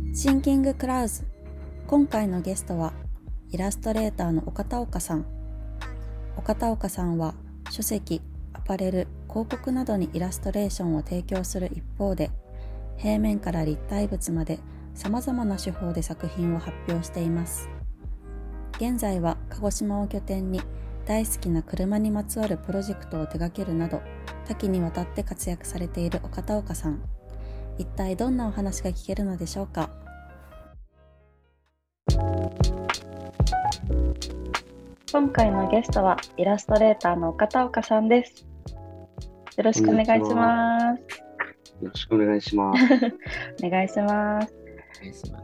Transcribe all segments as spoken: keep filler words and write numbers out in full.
シンキングクラウズ。今回のゲストはイラストレーターの岡田岡さん。岡田岡さんは書籍、アパレル、広告などにイラストレーションを提供する一方で、平面から立体物までさまざまな手法で作品を発表しています。現在は鹿児島を拠点に大好きな車にまつわるプロジェクトを手掛けるなど、多岐にわたって活躍されている岡田岡さん。一体どんなお話が聞けるのでしょうか。今回のゲストはイラストレーターの岡田岡さんです。よろしくお願いします。 よろしくお願いします。 お願いします。お願いします。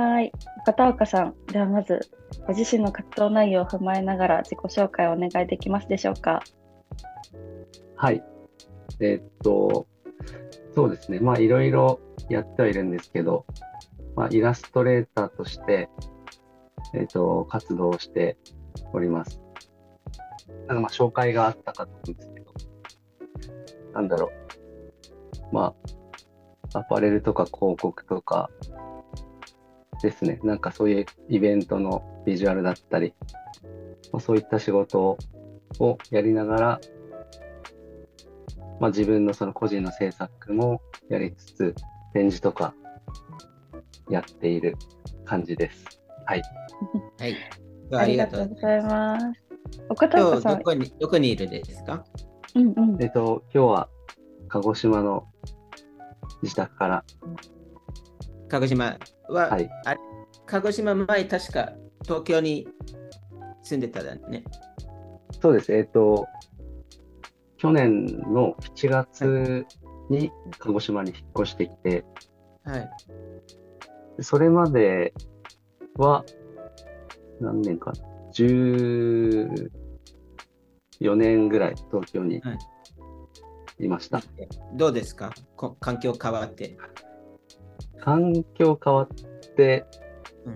はい、岡田岡さん、ではまずご自身の活動内容を踏まえながら自己紹介をお願いできますでしょうか。 はい。えー、っと、そうですね。まあいろいろやってはいるんですけど、まあ、イラストレーターとして、えー、っと活動をしております。なんかまあ紹介があったかと思うんですけど、なんだろう。まあ、アパレルとか広告とかですね。なんかそういうイベントのビジュアルだったり、まあ、そういった仕事をやりながら、まあ、自分のその個人の制作もやりつつ、展示とかやっている感じです。はい。 はい。 ありがとうございます。岡田岡さん、 どこに、どこにいるですか？ うんうん。 えっと、今日は鹿児島の自宅から。 鹿児島は、 はい、 あれ鹿児島前、確か東京に住んでただね。 そうです。えっと、去年のしちがつに鹿児島に引っ越してきて、 はい、 それまでは何年か、じゅうよねんぐらい東京にいました。はい、 どうですか？こ環境変わって。 環境変わって、うん、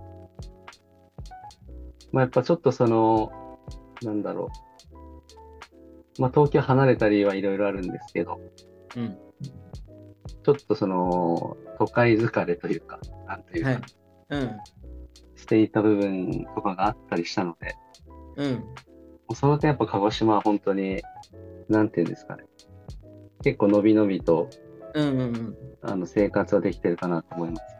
まあ、やっぱちょっとその、なんだろう。まあ、東京離れた理由はいろいろあるんですけど、うん、ちょっとその都会疲れというか、なんというか、はい、うん、していた部分とかがあったりしたので、うん、その点やっぱ鹿児島は本当に、なんていうんですかね、結構のびのびと、うんうんうん、あの生活はできてるかなと思います。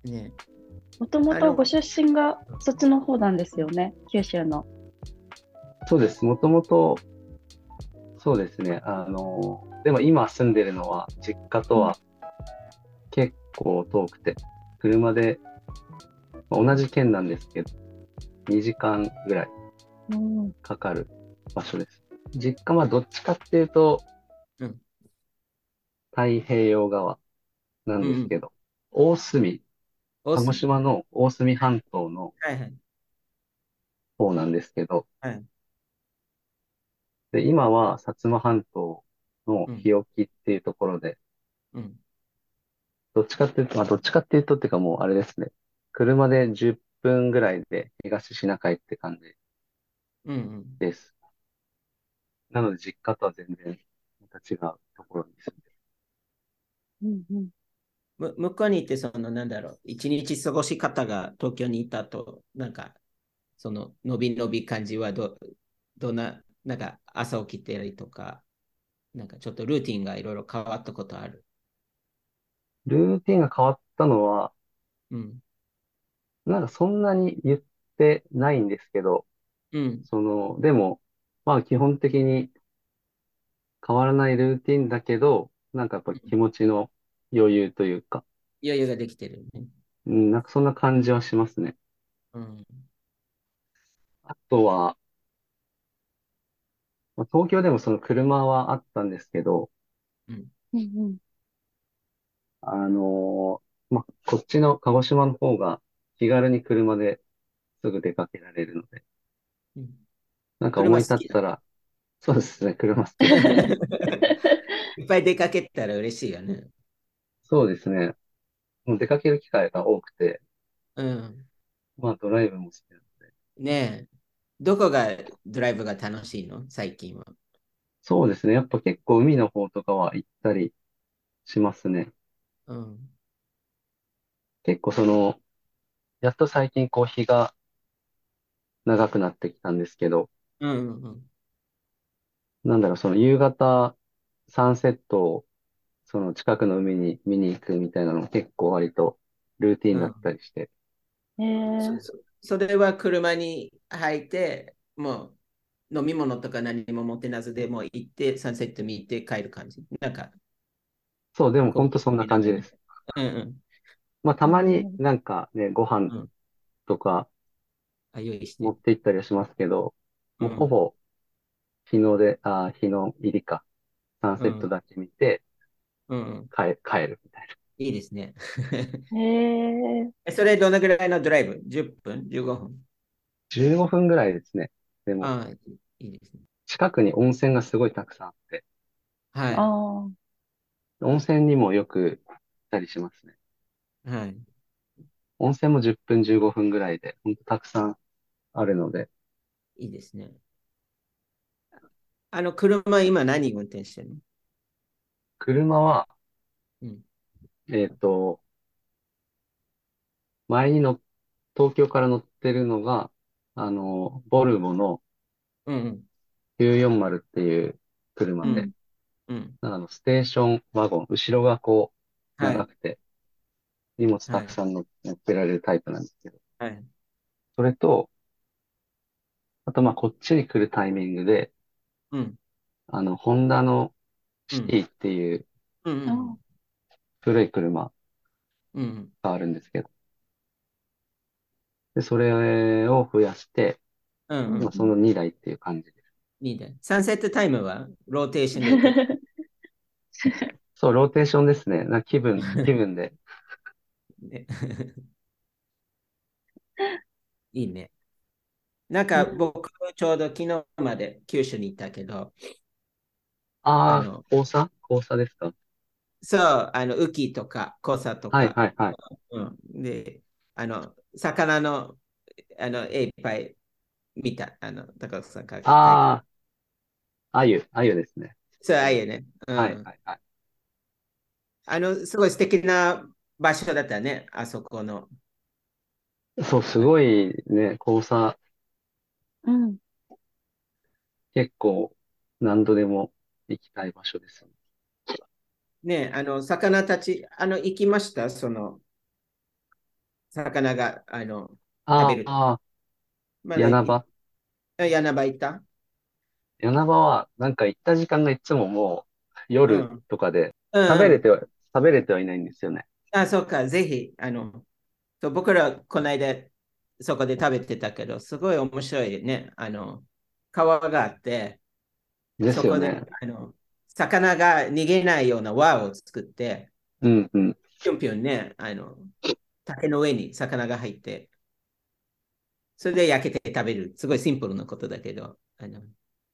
ね、もともとご出身がそっちの方なんですよね、九州の。 そうです、もともとそうですね。あの、でも今住んでるのは、実家とは結構遠くて、車で、まあ、同じ県なんですけど、にじかんぐらいかかる場所です。うん、実家はどっちかっていうと、うん、太平洋側なんですけど、うん、大隅、鹿児島の大隅半島の方なんですけど、はいはい、で今は薩摩半島の日沖っていうところで、うんうん、どっちかっていうと、まあ、どっちかっていうとっていうかもうあれですね。車でじゅっぷんぐらいで東シナ海って感じです。うんうん、なので実家とは全然また違うところに住んでる。 うんうん、む向こうにいて、そのなんだろう、一日過ごし方が東京にいたと、なんか、そののびのび感じはど、どんな、なんか朝起きてたりとか、なんかちょっとルーティンがいろいろ変わったことある？ ルーティンが変わったのは、うん、なんかそんなに言ってないんですけど、うん、その、でも、まあ基本的に変わらないルーティンだけど、なんかやっぱ気持ちの余裕というか、 余裕ができてるね。 うん、なんかそんな感じはしますね。うん、あとは、まあ、東京でもその車はあったんですけど、うんうんうん、あのーまあ、こっちの鹿児島の方が気軽に車ですぐ出かけられるので、うん、なんか思い立ったら、そうですね、車好きです。 いっぱい出かけたら嬉しいよね。 そうですね。もう出かける機会が多くて、うん、まあドライブも好きなので。 ねえ。どこがドライブが楽しいの最近は？ そうですね。やっぱ結構海の方とかは行ったりしますね。うん。 結構その、やっと最近こう日が長くなってきたんですけど、 うんうん。 なんだろう、その夕方サンセットをその近くの海に見に行くみたいなのも結構割とルーティンだっうん。 たりして。 えー、 そそそれは車に入って、もう飲み物とか何も持ってなずでもう行って、サンセット見て帰る感じ。なんか、 そう、でもこ本当そんなう、ながら。 感じです。 うんうん。 まあたまになるほど。 なんかね、ご飯うん。 とかあ、用意して。 持って行ったりはしますけど、 うん。 もうほぼ日の出、あー、日の入りか、サンうん。 セットだけ見てうん。 帰、帰るみたいな。 いいですね。 えー、 えそれどのぐらいのドライブ？ じゅっ 分？ じゅうごふん？ じゅうごふんぐらいですね。でも、 ああ、いいいいですね。 近くに温泉がすごいたくさんあって、 はい。 ああ、 温泉にもよく行ったりしますね。 はい。 温泉もじゅっぷん、じゅうごふんぐらいで、ほんとたくさんあるので、 いいですね。あの、車、今何運転してるの？ 車は、 うん。 えっと、前にの、東京から乗ってるのが、あの、ボルボのうん。 きゅうよんまるっていう車で、 うん。うん。 あの、ステーションワゴン、後ろがこう、 はい。 長くて、荷物たはい。 くさん乗乗っけられるタイプなんですけど、 はい。 それと、あとまあこっちに来るタイミングで、 うん。 あの、ホンダのうん。 シティっていううん。うあん。 古い車うん。 があるんですけど、で、それを増やして、 うん。ううんん。 まあそのにだいっていう感じです。 いいね。サンセットタイムはローテーションでとか。 そう、ローテーションですね。な気分、気分で。 ねいいね。なんうん。 か僕、ちょうど昨日まで九州に行ったけど、あああ、 の、 黄砂黄砂ですか？ そう、あの、雨季とか、黄砂とはいか、 はいはい。 うん。で、あの、魚の、あの、絵いっぱい見た。あの、高橋さんが書いて。 ああ、あゆ、あゆですね。 そう、ああいうね。うはいはん。 いはい。 あの、すごい素敵な場所だったね、あそこの。 そう、すごいね、黄砂うん。 結構何度でも行きたい場所ですね。 ね、あの、魚たち、あの、行きましたその、魚が、あの、食べると。 ああ、 まだい、 柳場。 柳場行った？ 柳場は、なんか行った時間がいつももう夜うん。 とかで、 うんうん。 食べれては、食べれてはいないんですよね。 あ、そうか、ぜひ、あの、そう僕ら、この間、そこで食べてたけど、すごい面白いね。あの、川があって、そこで、 ですよね。 あの、魚が逃げないような輪を作って、 うんうん。 ぴょんぴょんね、あの、竹の上に魚が入って、それで焼けて食べる。すごいシンプルなことだけど、あの、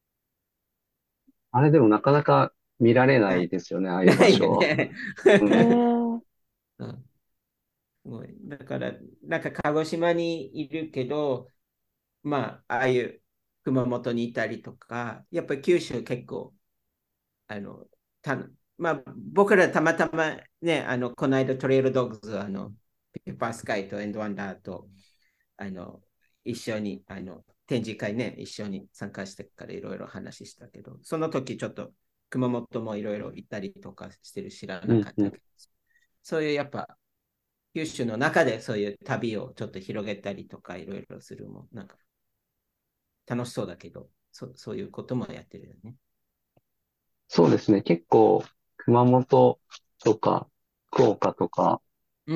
あれでもなかなか見られなはい。 いですよね、ああいうないよ場所は。 ね。 うえん。 ー、 うんすごい。だから、なんか鹿児島にいるけど、まあ、ああいう熊本にいたりとか、やっぱり九州結構、あの、たまあ、僕らたまたまね、あの、この間トレイルドッグズ、あの、ペッパースカイとエンドワンダーと、あの、一緒に、あの、展示会ね、一緒に参加してからいろいろ話したけど、その時ちょっと熊本もいろいろ行ったりとかしてる知らなうんうん。 かったけど、そういうやっぱ九州の中でそういう旅をちょっと広げたりとかいろいろするもなんか楽しそうだけど、そそういうこともやってるよね。 そうですね。結構、熊本とか、福岡とかうん。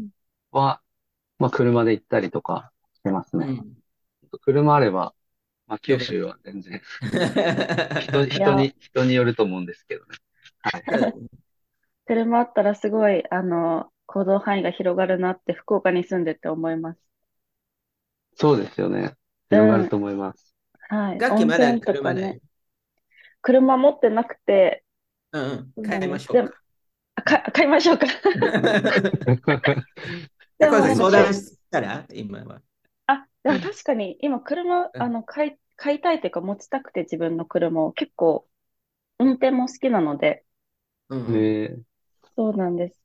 うん。 は、まあ車で行ったりとかしてますね。 うん。 車あれば、まあ九州どこでも。 は全然人、 いや、 人に、人によると思うんですけどね。はい。 そうだね。 車あったらすごい、あの、行動範囲が広がるなって福岡に住んでて思います。 そうですよね。 うん。 広がると思います。 はい。 楽器まだ温泉とかね。 車ない？ 車持ってなくて、 うんうん。買いそうなんです。でも、 ましょうか。 あか、買いましょうか。でも高橋さん買いましょう。 相談したら今は。 あ、でも確かに今車、あの、買い、買いたいというか持ちたくて自分の車を結構運転も好きなので、 うんうん。 ねそうなんです。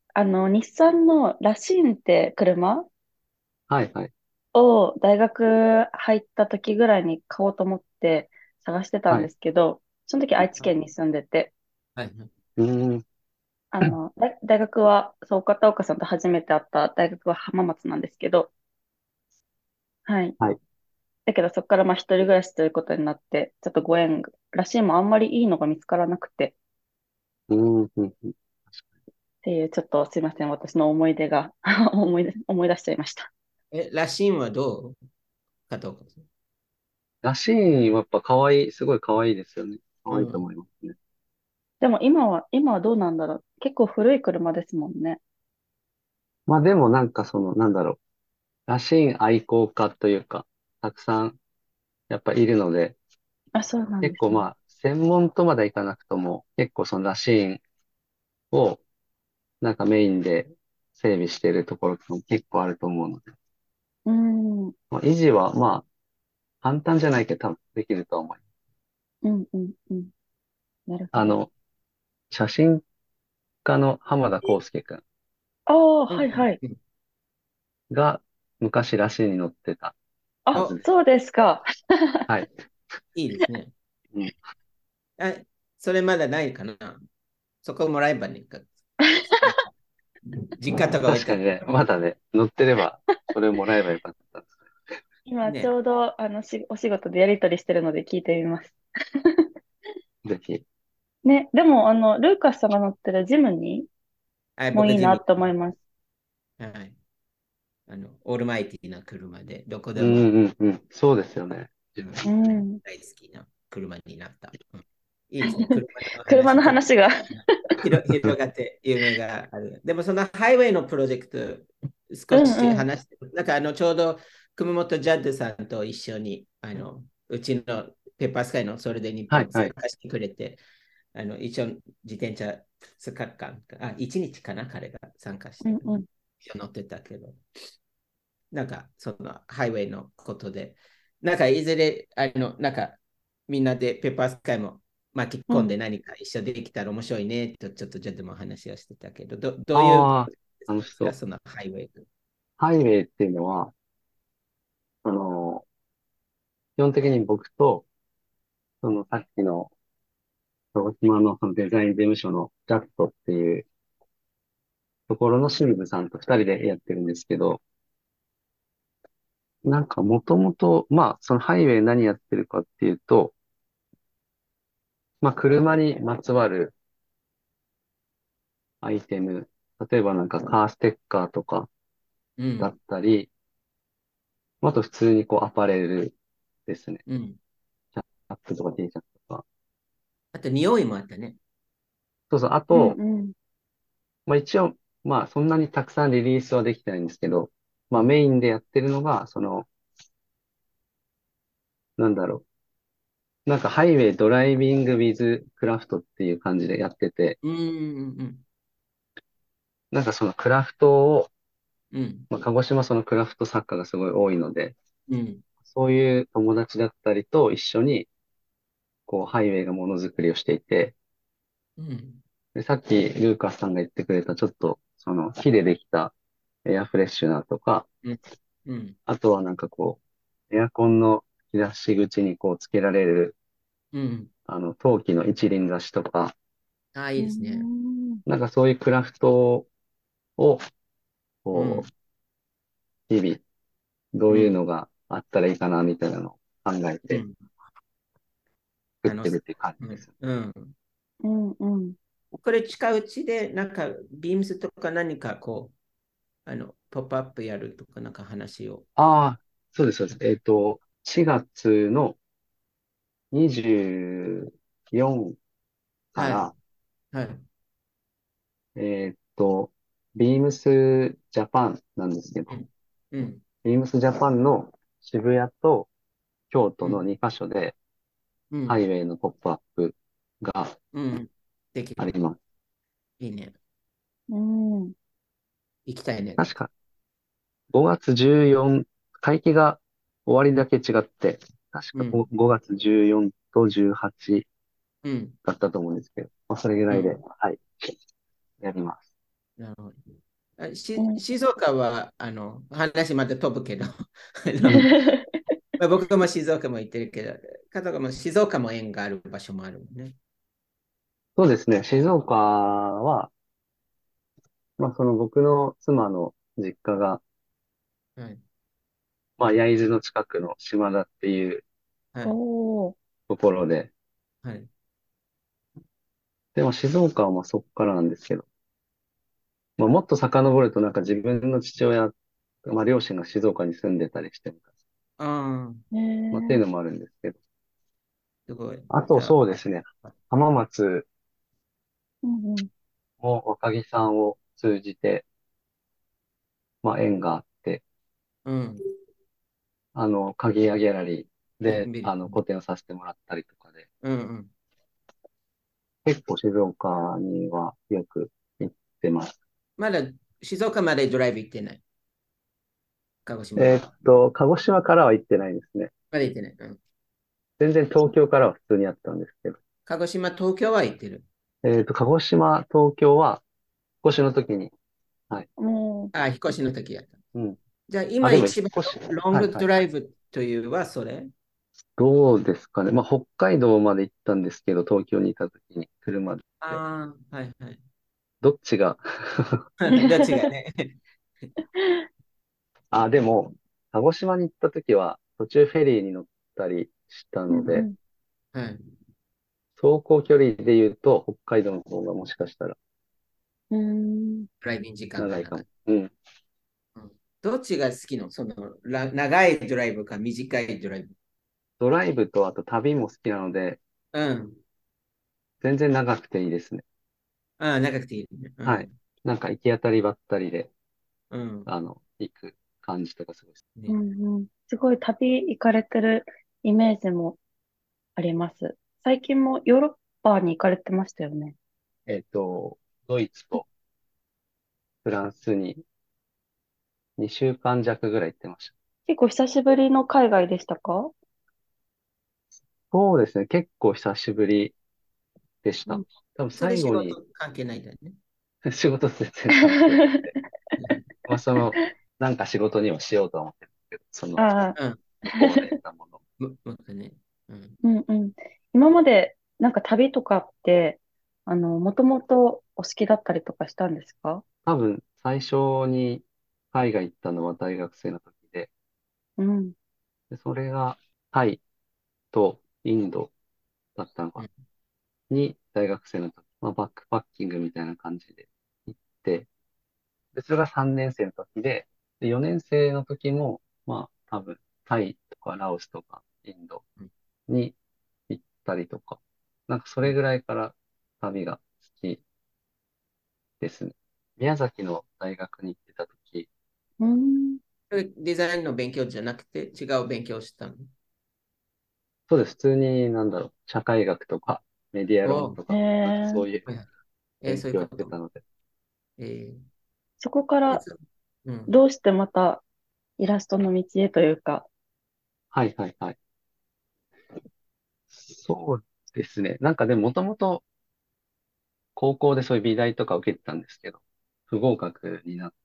あの、日産のラシーンって車はいはい。 を大学入った時ぐらいに買おうと思って探してたんではい。 すけど、その時愛知県に住んでて、 はい。はい。 うーん。 あの、だ大学は、そう、片岡さんと初めて会った大学は浜松なんですけど、はい。 はい。 だけどそこからまあ一人暮らしということになって、ちょっとご縁らしいもあんまりいいのが見つからなくて、 うーん。うんうん。 っていう、ちょっとすいません、私の思い出が思い出、思い出しちゃいました。 え、ラシンはどう片岡さん？ らしいはやっぱ可愛い、すごい可愛いですよね。可愛いとうん。 思いますね。 でも今は、今はどうなんだろう。結構古い車ですもんね。 まあでもなんかその、なんだろう。らしい愛好家というか、たくさんやっぱいるので、 あ、そうなんですね。 結構まあ、専門とまではいかなくとも、結構そのらしいをなんかメインで整備してるところとかも結構あると思うので、 うーん、うん、 まあ、維持はまあ、簡単じゃないけど多分できると思います。 うん、うん。なるほど。 あの、写真家の浜田康介くんああ、 うん。 はいはい。 うん。 が昔らしいに乗ってたはあ、 ずです。 そうですか。 はい。 いいですね。 うん。 あ、それまだないかな。そこもらえばね、か実家とか置いてある。 確かにね、まだね、乗ってれば、それをもらえばよかったです今ちね。 ょうど、あの、し、お仕事でやり取りしてるので聞いてみます。 ね。ぜひ。 ね、でも、あの、ルーカスさんが乗ってるジムニはい、 ーもいいな僕ジミと思います。 ー。はい。あの、オールマイティな車で、どこうんでも、 うんうん。そうですよね。 うん、 うん。 大好きな車になった。うん、いいですね。車の車の話、ちょっと話が。 広広がって夢がある。でもそのハイウェイのプロジェクト、少しうんうん。 話して、なんかあのちょうど熊本ジャッドさんと一緒にあのうちのペッパースカイのそれで日本はいはい。 参加してくれて、あの一緒に自転車ふつかかん、あ、いちにちかな、彼が参加して、 うんうん。 一緒に乗ってたけど、なんかそのハイウェイのことで、なんかいずれ、あの、なんかみんなでペッパースカイも巻き込んでうん。 何か一緒できたら面白いねとちょっとジャッドも話をしてたけど、ど、どういうああ、楽しですか、 そう。 そのハイウェイ。 ハイウェイっていうのは、あの、基本的に僕と、そのさっきの鹿児島のそのデザイン事務所のジャットっていうところの清水さんと二人でやってるんですけど、なんかもともと、まあ、そのハイウェイ何やってるかっていうと、まあ、車にまつわるアイテム、例えばなんかカーステッカーとかだっうん、 たり、あと普通にこうアパレルですね。 うん。 キャップとか T シャツとか。 あと匂いもあったね。 そうそう。あうんと、 うん。 まあ一応、まあそんなにたくさんリリースはできてないんですけど、まあメインでやってるのが、その、なんだろう。なんかハイウェイドライビングウィズクラフトっていう感じでやってて、 うん、うん、 なんかそのクラフトを、 うん、 まあ鹿児島そのクラフト作家がすごい多いので、 うん、 そういう友達だったりと一緒に、こうハイウェイがものづくりをしていて、 うん、 で、さっきルーカスさんが言ってくれたちょっと、その木でできたエアフレッシュナーとか、 うん、うん、 あとはなんかこう、エアコンの引き出し口にこうつけられる、 うん。ああの、陶器の一輪挿しとか、 あ、いういですね。 ん。 なんかそういうクラフトを、こうん、 う、日々、どういううん、 のがあったらいいかな、みたいなのを考えてうん。 作って楽しそるっていう感う。うん、 じです。 うん。 うんうん。 これ近いうちで、なんか、ビームスとか何かこう、あの、ポップアップやるとか、なんか話を。 ああ、そうです、そうです。えっと、しがつのにじゅうよっかかはい、 ら、 はい。 えっと、ビームスジャパンなんですけど、 うん、うん、 ビームスジャパンの渋谷と京都のうん、 にカ所でうん、 ハイウェイのポップアップがうん。できる。 あります。 いいね。 うん。 行きたいね。 確かごがつじゅうよっか、会期が終わりだけ違って、確かうん、 ごがつじゅうよっかとじゅうはちにちうん、 だったと思うんですけど、まあ、それぐらいで、 うん。 はい、やります。 なるほど。あしうん。 静岡は、あの、話また飛ぶけど、あのまあ僕も静岡も行ってるけど、加藤君も静岡も縁がある場所もあるもんね。 そうですね。静岡は、まあ、その僕の妻の実家が、 はい。 まあ、焼津の近くの島田っていうはい。 おー。 ところで、 はい。 でも静岡はまあそこからなんですけど、まあ、もっと遡るとなんか自分の父親、まあ、両親が静岡に住んでたりして昔、 ああ、 えまあ、っていうー。 のもあるんですけど、 すごい。 あとじゃあ、 そうですね、浜松うんうん。 も若木さんを通じて、まあ、縁があって、 うん。 あの、鍵屋ギャラリーで、 ビリあの、個展をさせてもらったりとかで、 うんうん。 結構静岡にはよく行ってます。 まだ静岡までドライブ行ってない。鹿児島まえーで。 っと、鹿児島からは行ってないですね。 まだ行ってない。うん。 全然東京からは普通にあったんですけど。 鹿児島、東京は行ってる。 えーっと、鹿児島、東京は少しの時に、はい。 もう、 あ、引っ越しの時やった。 うん。 じゃあ、 あ、でも引今一番っ越し、 ロングはいはい。 ドライブというはそれ。 どうですかね。まあ、北海道まで行ったんですけど、東京にいた時に車で。 ああ、はいはい。 どっちがどっちがね。 あ、でも、鹿児島に行った時は、途中フェリーに乗ったりしたので、 うんうん。 はい。 走行距離で言うと、北海道の方がもしかしたらうーん。 ドライビング時間が長いかも。 長い。 うん。 うん、どっちが好きのそのら長いドライブか短いドライブ。 ドライブとあと旅も好きなので、 うん。 全然長くていいですね。 ああ、長くていいね。うはい。 ん。 なんか行き当たりばったりで、 うん。 あの、行く感じとかすごいです。 うね。 んうん。すごい旅行かれてるイメージもあります。最近もヨーロッパに行かれてましたよね。 えっと、ドイツとフランスににしゅうかん弱ぐらい行ってました。 結構久しぶりの海外でしたか？ そうですね。結構久しぶりでした。 うん。 多分それ仕最後に事関係ないんだよね。 仕事全然関係なくて。まあその、なんか仕事にはしようとは思ってるんですけど、その、 ああ、 うん。 向こうで得たもの。 む、むくね。うん。 うんうん。今までなんか旅とかって、あの、もともとお好きだったりとかしたんですか？ 多分最初に海外行ったのは大学生の時で、 うん。 でそれがタイとインドだったのかなうん。 に大学生の時、まあ、バックパッキングみたいな感じで行って、で、それがさんねん生の時で、で、よねん生の時も、まあ、多分、タイとかラオスとかインドうん。 に行ったりとか、なんかそれぐらいから旅が好きですね。宮崎の大学に行ってた時、 うん。 それデザインの勉強じゃなくて違う勉強をしたの。 そうです。普通に、なんだろう、社会学とかメディア論おとへか、なんかえ。 そういうはいはい。えー勉強やってそういうこと。 たので。 えそこかー、えらそうん。 どうしてまたイラストの道へというか。 はいはいはい。そうですね。なんかでももともと高校でそういう美大とか受けてたんですけど、不合格になって、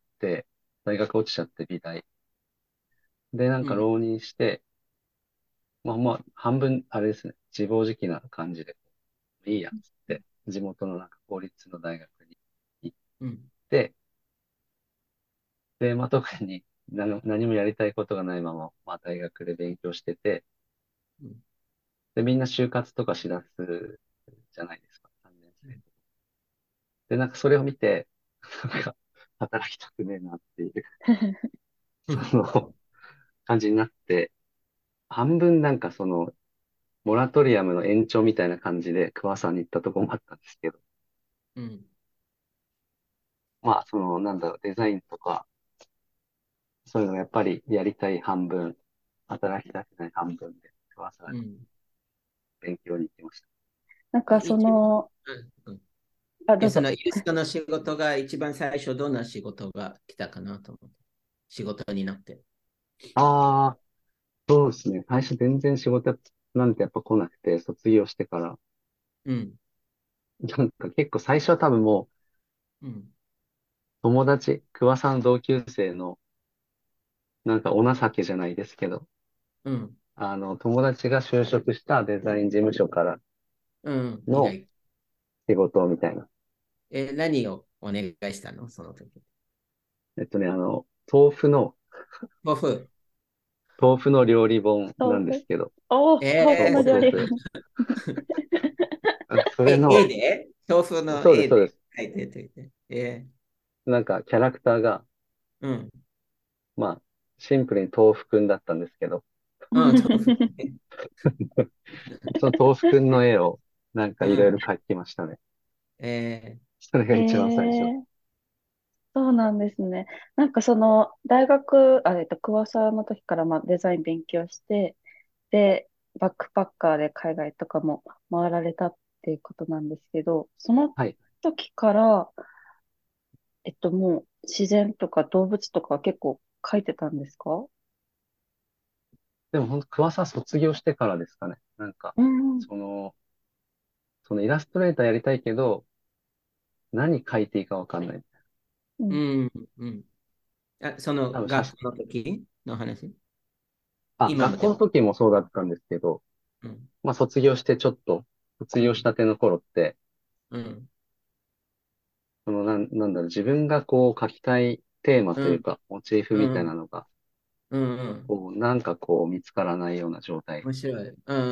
大学落ちちゃって美大。で、なんうん。 か浪人して、まあまあ、半分、あれですね、自暴自棄な感じで、いいや、つって、地元のなんか公立の大学に行っうん。 て、で、まあ特に何も何もやりたいことがないまま、まあ大学で勉強してて、 うん。 で、みんな就活とかしだすじゃないですか、さんねん生。で、なんかそれを見て、なんか、働きたくねえなっていう、その感じになって、半分なんかその、モラトリアムの延長みたいな感じで桑さんに行ったところもあったんですけど、 うん。 まあ、その、なんだろう、デザインとか、そういうのがやっぱりやりたい半分、働きたくない半分で、桑さんにうん。 勉強に行きました。 なんかそい一番、 の、 うんうん。 あ、どえ、 うぞ。 そのイラストの仕事が一番最初どんな仕事が来たかなと思って。仕事になって。 ああ、そうですね。最初全然仕事なんてやっぱ来なくて、卒業してから、 うん。 なんか結構最初は多分もうん。 友達、桑さんの同級生の、なんかお情けじゃないですけど、 うん。 あの、友達が就職したデザイン事務所からうん。以の来。 仕事みたいな。 え、何をお願いしたのその時。 えっとね、あの、豆腐の、 豆腐。 豆腐の料理本なんです豆腐。 けど、 おお、豆腐えー、 のすごい。 料理。 そうそう。あそれえ、絵の、 で豆腐のそうです、 絵でそうです。 描いてといて。えなんかキャラクターが、 ー、うん。 まあ、シンプルに豆腐くんだったんですけど、 うん、豆腐。 その豆腐くんの絵をなんかいろいろうん。 描きましたね。 えそれがえ一番最初。 ー、そうなんですね。なんかその、大学、あ、えっと、桑沢の時からまあデザイン勉強して、で、バックパッカーで海外とかも回られたっていうことなんですけど、そのはい。 時から、えっと、もう自然とか動物とか結構描いてたんですか？ でも本当、桑沢卒業してからですかね。なんか、 うん。 その、そのイラストレーターやりたいけど、何描いていいかわかんない。 ー、 うん。 うん、うん。あ、その多分写真、 学校の時の話あ、学校の今までも。 時もそうだったんですけど、 うん、 まあ卒業してちょっと、卒うん、 業したての頃って、 うん、 そのなん、なんだろう、自分がこう描きたいテーマうん、 というか、モチーフみたいなうん、 のが、 うん、うん。 こう、なんかこう見つからないような状態面白い。うん。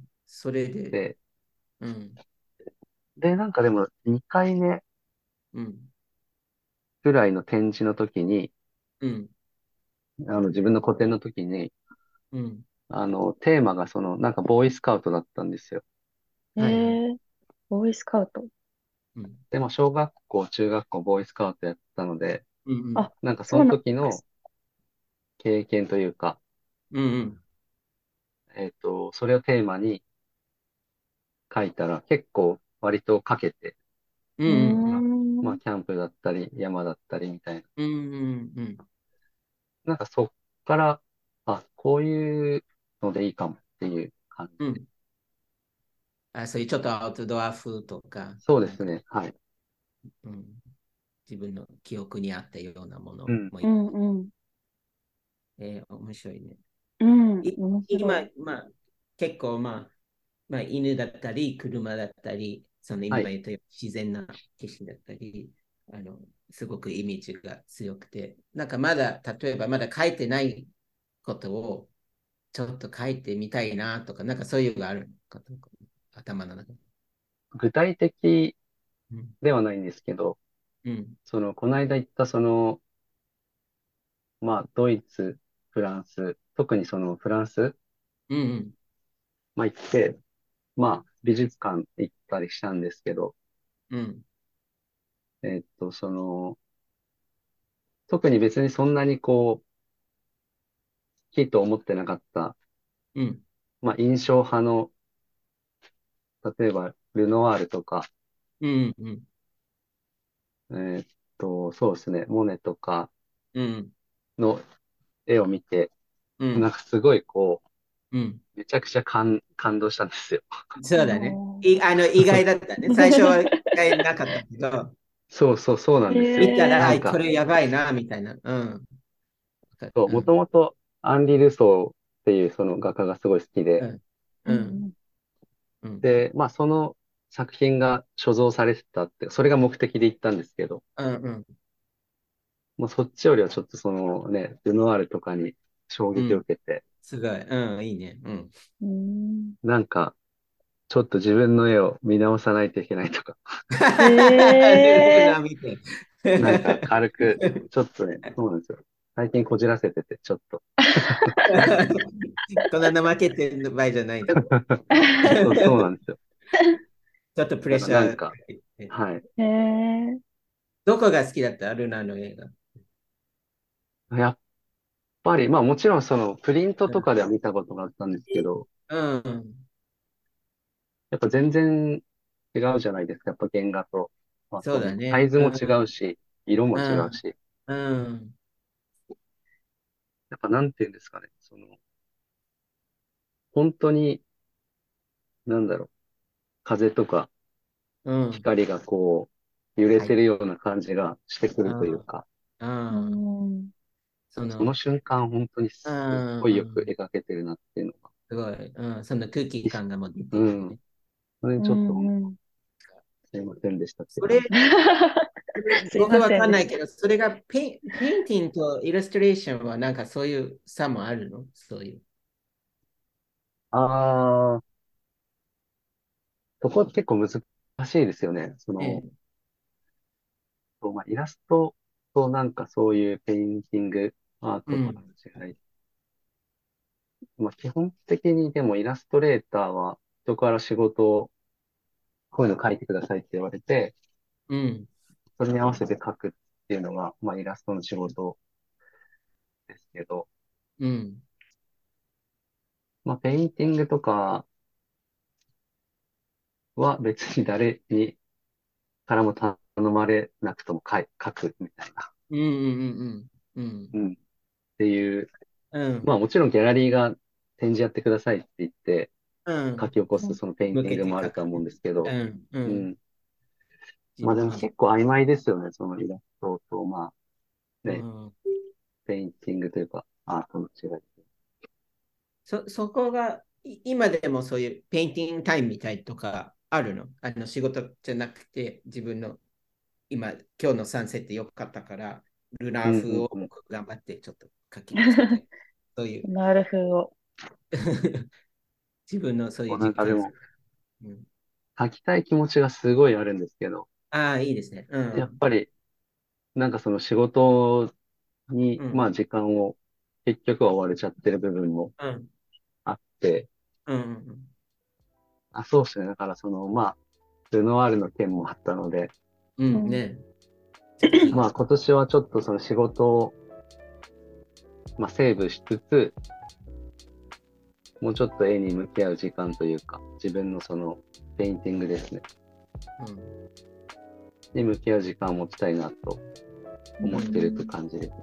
それで、 で、 うん、 で、なんかでもにかいめうん、 ぐらいの展示の時に、 うん、 あの自分の個展の時に、 うん。 あの、テーマがその、なんかボーイスカウトだったんですよ。 えはいはい。 ー、ボーイスカウト。 うん、 で、まあ、小学校、中学校、ボーイスカウトやってたので、 うん、 あ、 なんかそのそうなん時のです。 経験というか、 うん、うん、 えっと、それをテーマに書いたら、結構割と書けて、 うん、 うーうん、 まあ、まあ、 ん。 キャンプだったり、山だったりみたいな。 うん、うん。 なんかそっから、あ、こういうのでいいかもっていう感じで。 うん。あ、そういうちょっとアウトドア風とか、なんか、 そうですね。はい。 うん、自分の記憶にあったようなものうん。 もいい。 うんうん。 えー面白いね。 うん。 い今、 面白い。 まあ、結構、まあ、まあ、犬だったり、車だったり、そのはい。 今言ったように自然な景色だったり、あの、すごくイメージが強くて、なんかまだ、例えばまだ書いてないことをちょっと書いてみたいなとか、なんかそういうのがあるかとか、頭の中に。 具体的うん。 ではないんですけど、 うん。 その、この間言ったその、まあ、ドイツ、フランス、特にそのフランス、 うん。 まあ行って、まあ、美術館行ったりしたんですけど、 うん。 えっと、その、特に別にそんなにこう、好きと思ってなかった、 うん。 まあ、印象派の、例えば、ルノワールとか、 うん。うん。 えっと、そうですね、モネとかうん。 の絵を見て、 うん。 なんかすごいこうん。 う、めちゃくちゃ感、感動したんですよ。 そうだね。 おい、あの、意外だったね。最初は意外なかったけど、 そうそうそうなー。 んですよ。 見たら、 えー。 あこなんか、 れやばいな、みたいな。うん。 そう、もとうん。 もとアンリ・ルソーっていうその画家がすごい好きで、 うん。 うんううん。 ん。 うん。 で、まあその作品が所蔵されてたって、それが目的で行ったんですけど、 うん。うん。 もうそっちよりはちょっとそのね、ルノワールとかに衝撃をうん。 受けて、 すごい。うん。いいね。うん。 うーん。 なんかちょっと自分の絵を見直さないといけないとか、 ルえー。 ナ見て。 なんか軽く、ちょっとね、そうなんですよ。最近こじらせてて、ちょっと。 こんな怠けてる場合じゃないんだ。 そう、そうなんですよ。 ちょっとプレッだからシャーかなんか、 けて。 はい。 えー。 どこが好きだったルナの映画。 やっぱり、まあもちろんそのプリントとかでは見たことがあったんですけど、 うん。 やっぱ全然違うじゃないですか。やっぱ原画と。まあそうそのサイだね。 ズも違うん。 うし、色もうん。 違うし、 うん。 やっぱなんていうんですかね。その、本当に、なんだろう、風とかうん。 光がこう、 揺れてるような感じがしてくるというか、 うああ、 ん。 そそのの、 瞬間本当にすっごいよくああ、 描けてるなっていうのが、 すごい、うん、その空気感がもう出てうん。 るね。 それうにちょっと本んうん。 当すいませんでしたってそれ、 感じ。 すいま僕わせんでした。 かんないけど、それがペイ、ペインティングとイラストレーションはなんかそういう差もあるのそういう。 ああ、そこは結構難しいですよね。その、 ええ。 そうまあ、イラストとなんかそういうペインティングアートとのうん。 違い。まあ、基本的にでもイラストレーターは人から仕事をこういうの書いてくださいって言われて、 うん。 それに合わせて書くっていうのが、まあ、イラストの仕事ですけど、 うん。 まあ、ペインティングとかは別に誰にからも頼まれなくとも書い、書くみたいな、 うん。うん。うん。うん。 うん、っていう、 うん。 まあもちろんギャラリーが展示やってくださいって言って書きうん。 起こすうんそのペイン向けティングて書く。 もあると思うんですけど、 うん。うん。 うん。まあでも自分の。 結構曖昧ですよね、そのイラストと、まあね、 うん。 ペインティングというかアートの違い。 そ、そこが、い今でもそういうペインティングタイムみたいとかあるのあの仕事じゃなくて、自分の今、今日のサンセット良かったから、ルナうんー風をうんうん。 僕頑張ってちょっと書きますみたいな。そういうなる風を。 自分のそういうこうなん実験する。 かでもうん、 書きたい気持ちがすごいあるんですけど、 ああ、いいですね。うん。 やっぱりなんかその仕事に、 うん。 まあ時間を結局は追われちゃってる部分もうん。 あって、 うん。 あ、そうですね。だからその、まあ、ルノワールの件もあったので、 うん。 うん。 ね。ちょっと気が。 まあ今年はちょっとその仕事を、まあ、セーブしつつ、もうちょっと絵に向き合う時間というか、自分のそのペインティングですね。 うん。 に向き合う時間を持ちたいなと思ってるって感じですね。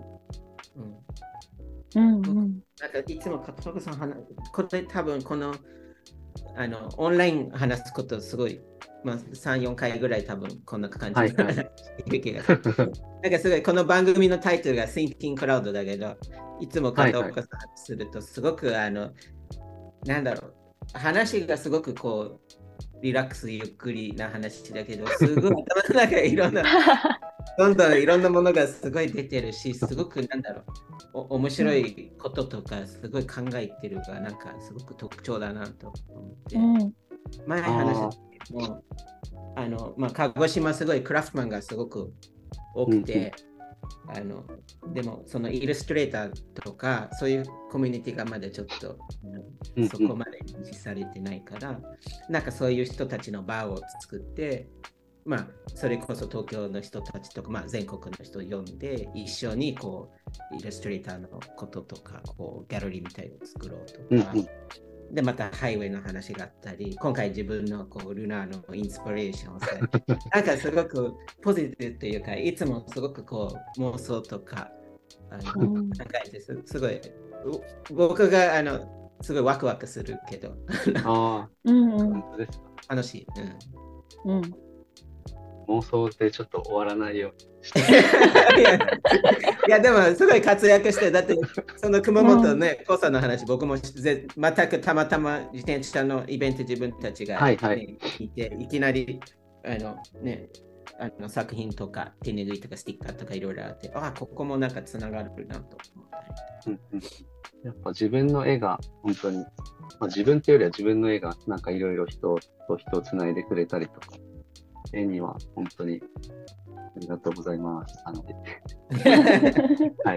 うん。 うんうん。 なんかいつも片岡さん話、これ多分この、あの、オンライン話すことすごい、まあさん、よんかいぐらい多分こんな感じはいはい。 で気がする。なんかすごい、この番組のタイトルが Thinking Cloud だけど、いつも片岡さんするとすごくあの、なんだろう、話がすごくこう、リラックスゆっくりな話だけど、すごい頭の中いろんな、どんどんいろんなものがすごい出てるし、すごくなんだろう、お面白いこととかすごい考えてるが、なんかすごく特徴だなと思って、 うん。 前話しても、あの、まあ、鹿児島すごいクラフトマンがすごく多くて、あのでもそのイラストレーターとかそういうコミュニティがまだちょっと、うん、そこまで認知されてないから、なんかそういう人たちの場を作って、まあそれこそ東京の人たちとか、まあ、全国の人を呼んで一緒にこうイラストレーターのこととかこうギャラリーみたいを作ろうとか、 うんうん、 でまたハイウェイの話があったり、今回自分のこうルナーのインスピレーションをさなんかすごくポジティブというか、いつもすごくこう妄想とかあの、うん、なんかですすごい僕があのすごいワクワクするけどああ、 うんうん、 本当ですか。 楽しい、 うんうん、 妄想でちょっと終わらないようにしていや、いやでもすごい活躍して、だってその熊本ね、コサの話、僕もぜ全くたまたま自転車のイベント自分たちが、ね、 はいはい、 いて、いきなりあの、ね、あの作品とか手拭いとかスティッカーとかいろいろあって、あ、ここもなんかつながるなと思ったり、 うんうん。やっぱ自分の絵が本当に、まあ、自分っていうよりは自分の絵がなんかいろいろ人と人をつないでくれたりとか、絵には本当にありがとうございます。あのはい。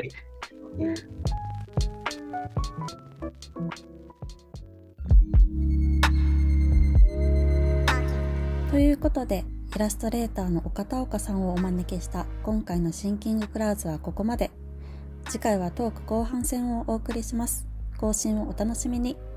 ということで、イラストレーターの岡田岡さんをお招きした今回のシンキングクラウズはここまで。次回はトーク後半戦をお送りします。更新をお楽しみに。